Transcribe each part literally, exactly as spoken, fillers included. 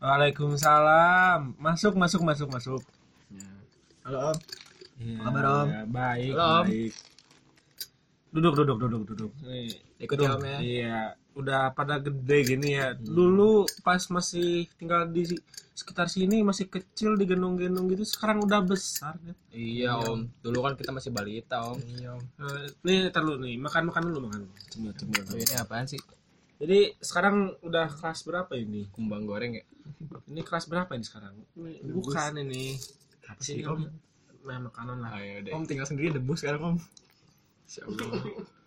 Waalaikumsalam. Masuk, masuk, masuk, masuk. Ya. Halo Om. Ya, Apa kabar Om? Ya, baik, Halo, Om. baik. Duduk, duduk, duduk, duduk. Nih, Ikut duduk. ya Om ya. Iya, udah pada gede gini ya. Hmm. Dulu pas masih tinggal di sekitar sini masih kecil digendong-gendong gitu, sekarang udah besar kan. Iya Om, dulu kan kita masih balita Om. Iya Om. Uh, nih, tar dulu nih, makan-makan dulu makan. Cemil, cemil. Oh, ini apaan sih? Jadi sekarang udah kelas berapa ini? Kumbang goreng ya? Ini kelas berapa ini sekarang? Ini, bukan ini. Apa sih Om? Nah, makanan lah. Ayo deh. Om tinggal sendiri debus sekarang Om. Insyaallah.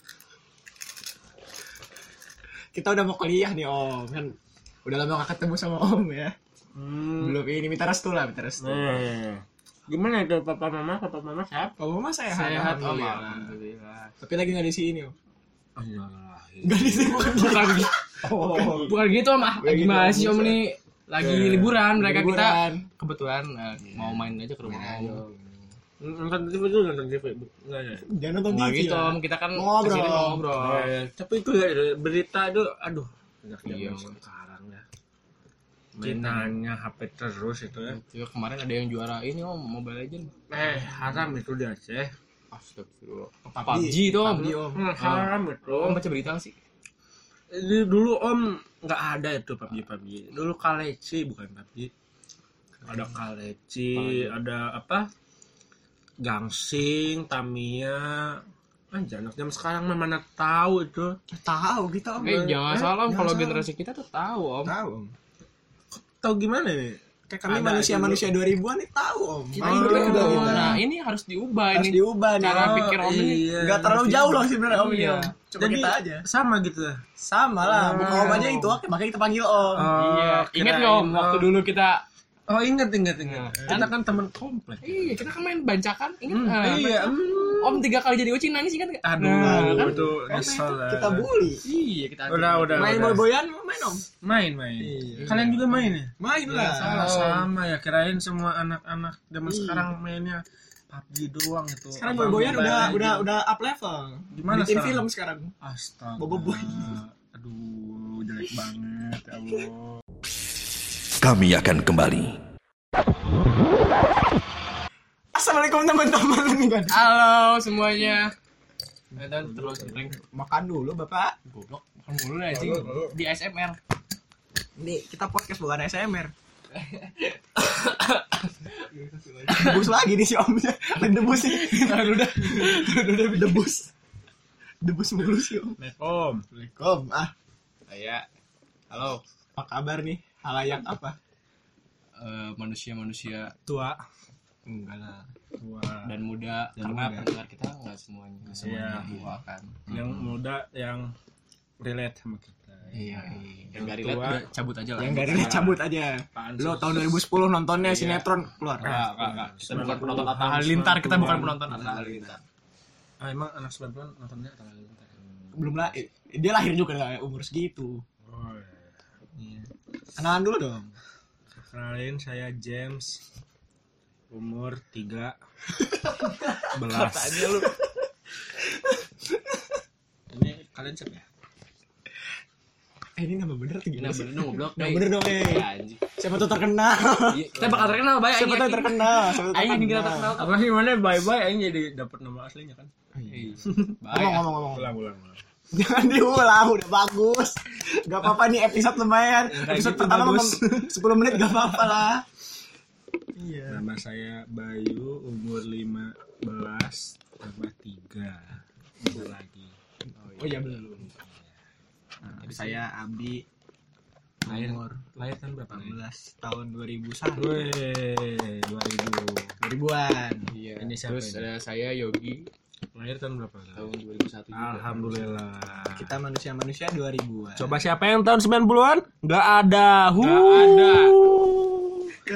Kita udah mau kuliah nih Om kan. Udah lama gak ketemu sama Om ya. Hmm. Belum ini minta restu lah, minta restu. Nah, gimana itu papa mama? Papa mama sehat? Om Mama sehat. Sehat Om. Alhamdulillah. Alhamdulillah. Tapi lagi nggak di sini Om. Alhamdulillah. Nggak di sini bukan Bukan gitu. Oh. Bukan gitu Om. Ah, Bukan gitu, gimana Om. sih Om nih? Lagi Eh, liburan, mereka kita liburan. kebetulan uh, mau main aja ke rumah Ya, Om. ayo. Nonton T V dulu, nonton T V. Enggak ya? Jangan nonton Nggak T V gitu ya. Om, kita kan Ngobrol. kesini mau ngobrol. Eh, tapi itu ya berita itu, aduh. Iya, Zaman sekarang ya. Mainannya H P terus itu ya. Juga kemarin ada yang juara ini Om, Mobile Legends. Eh, haram itu di Aceh. Astagfirullah. P P U B G itu Om. P U B G, Om. Hmm, haram itu. Om baca berita nggak sih? Ini dulu Om nggak ada itu P U B G P U B G. Dulu Kaleci bukan P U B G. Ada Kaleci, ada apa? Gangsing, Tamiya. Anjir, anak jam sekarang mah mana tahu itu. Tahu kita Om. Eh jangan Eh, salah Om, jangan kalau salah. generasi kita tuh tahu Om. Tahu Om. Tahu gimana nih? Kayak kami Ada manusia-manusia dua ribuan nih tahu Om. Kita Main hidup juga dulu. kita. Nah ini harus diubah Harus ini. diubah nih. Cara Om. pikir Om ini. Iya, Nggak terlalu ngerti. jauh loh sebenarnya Om ini. Iya. Om. Coba Jadi kita aja. sama gitu. Sama lah, bukan Om aja yang tua, makanya kita panggil Om. Iya, ingat kirain nggak Om waktu Om. dulu kita Oh, ingat ingat ingat. Nah, Kita kan teman komplek. iya kita kan main bancakan, ingat? Hmm, Ah, iya. bancakan. hmm. Om tiga kali jadi ucing nangis ingat nggak? Aduh, Nah, kan? itu Karena nyesel itu lah. kita bully. Iya kita. Udah, udah. Main boy-boyan main Om. Main main. Iya. Kalian juga main ya? Main lah. Salah sama ya, kirain semua anak-anak zaman Iya. sekarang mainnya P U B G doang itu. Sekarang Apa, boy-boyan Mobile udah Legends. udah udah up level. Gimana Bikin sekarang? film sekarang. Astaga. Bobo-boy. Aduh, jelek banget ya Allah. Kami akan kembali. Assalamualaikum teman-teman nih kan. Halo semuanya. Dan terus sering Makan dulu Bapak. goblok makan mulu nih anjing di A S M R. Nih, kita podcast bukan A S M R. Debus lagi nih si Om. Main debus nih. Udah Udah debus. Debus mulu si Om. Assalamualaikum. Assalamualaikum. Ah, saya halo apa kabar nih? Halayak apa? eh, manusia-manusia Tua. enggak lah Tua. dan muda Dan karena muda. pendengar kita enggak semuanya Iya. semuanya tua kan. Yang muda yang relate sama kita. Iya, yang enggak Yang relate tua. udah cabut aja lah. Yang gak relate cabut aja. Apaan Lo sih? tahun dua ribu sepuluh nontonnya Iya. sinetron keluar. Enggak, enggak, enggak. Kita sembilan bukan puluh, penonton Atta sembilan Halilintar, kita bukan puluh. penonton Atta Halilintar. Ah, emang anak sembilan puluhan nontonnya Atta Halilintar. Belum lah. Dia lahir juga nggak umur segitu. Oh, iya. Kenalan dulu dong. Kenalin, saya James, umur tiga belas. Aja lu. Ini kalian siapa ya? Eh ini nama bener tuh Nah, gimana sih? bener dong goblok. Nama bener dong eh. Ya, anjing. Siapa tuh terkenal? Iya, kita bakal terkenal baik Siapa tuh terkenal? Siapa tuh Ayo ini kita terkenal? terkenal. Apa gimana bye-bye aing jadi dapat nama aslinya kan? Iya. Ngomong Baik. ngomong ngomong. Ulang ulang ulang. Jangan diulang, udah bagus. Gak apa-apa nih episode lumayan. Kayak Episode gitu pertama bagus. sepuluh menit gak apa-apa lah. Iya. Nama saya Bayu, umur lima belas tambah tiga. Bentar lagi. Oh iya belum. Nah, saya Abi, Lahir umur lahir tahun berapa? delapan belas tahun dua ribu satu. Weh, dua ribu. dua ribuan. Iya. Ini siapa Terus ini? ada saya Yogi Lahir tahun berapa? tahun dua ribu satu juga. Alhamdulillah. Kita manusia-manusia dua ribuan. Coba siapa yang tahun sembilan puluhan? Nggak ada. Hu. Nggak ada.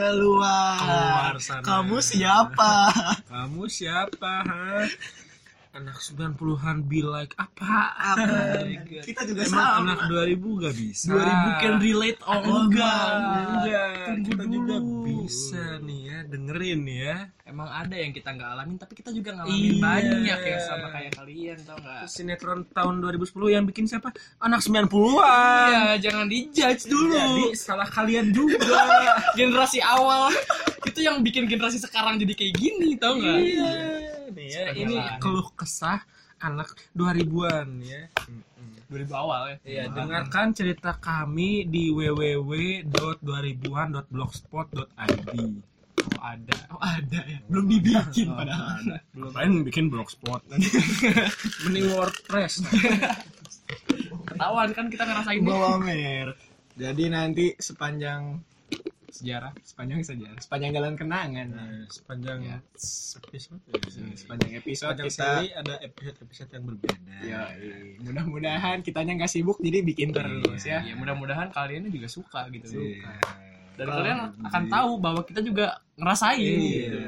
Keluar. Keluar sana. Kamu siapa? Kamu siapa? Ha? Anak sembilan puluhan be like apa? Apa? Kita juga Emang sama. anak dua ribu gak bisa. dua ribu can relate oh, enggak. Enggak. Tunggu Kita dulu. juga bisa nih ya, dengerin ya. Emang ada yang kita nggak alamin tapi kita juga ngalamin Iya. banyak ya sama kayak kalian tau nggak? Sinetron tahun dua ribu sepuluh yang bikin siapa? Anak sembilan puluhan. Iya, jangan dijudge dulu. Jadi salah kalian juga. Generasi awal itu yang bikin generasi sekarang jadi kayak gini tau nggak? Iya. Nih ya, Sebagai ini lain. keluh kesah anak dua ribuan ya. dua ribu awal ya. Iya, dengarkan cerita kami di w w w dot dua ribuan dot blogspot dot i d. Oh, ada. Oh, ada ya. Belum dibikin padahal. Belum main bikin blogspot. Mending WordPress. Ketahuan kan kita ngerasain Bawa mer. Jadi nanti sepanjang sejarah. sepanjang saja, sepanjang jalan kenangan. Nah, sepanjang Ya. episode Sepanjang episode sepanjang kita seri ada episode-episode yang berbeda. ya, mudah-mudahan kitanya nggak sibuk jadi bikin terus ya. Ya mudah-mudahan kalian juga suka gitu. Iya. Dan Kalau kalian akan tahu bahwa kita juga ngerasain Iya. gitu.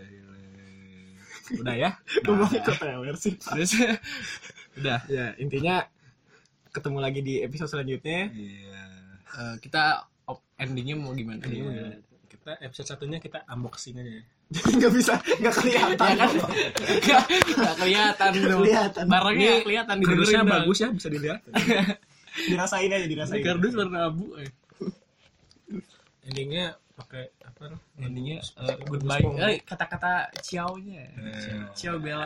Udah ya. Ngomong ke trailer sih. Terus udah Ya, intinya ketemu lagi di episode selanjutnya. Iya. eh, kita op- endingnya mau gimana? Iya. Kita episode satunya kita unboxing aja ya. Jadi nggak bisa, nggak kelihatan. Ya kan? Nggak nggak kelihatan tuh. Kelihatan. Barangnya nggak kelihatan Kardusnya didengerin dah. bagus ya, bisa dilihat. Dirasain aja, Ini dirasain. kardus warna abu. eh. Endingnya pakai apa? Endingnya Bagus, eh, bagus, goodbye. bagus. Eh, kata-kata ciao-nya. Eh. Ciao Bella.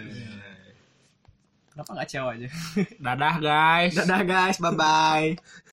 Kenapa nggak ciao aja? Dadah guys. Dadah guys, bye bye.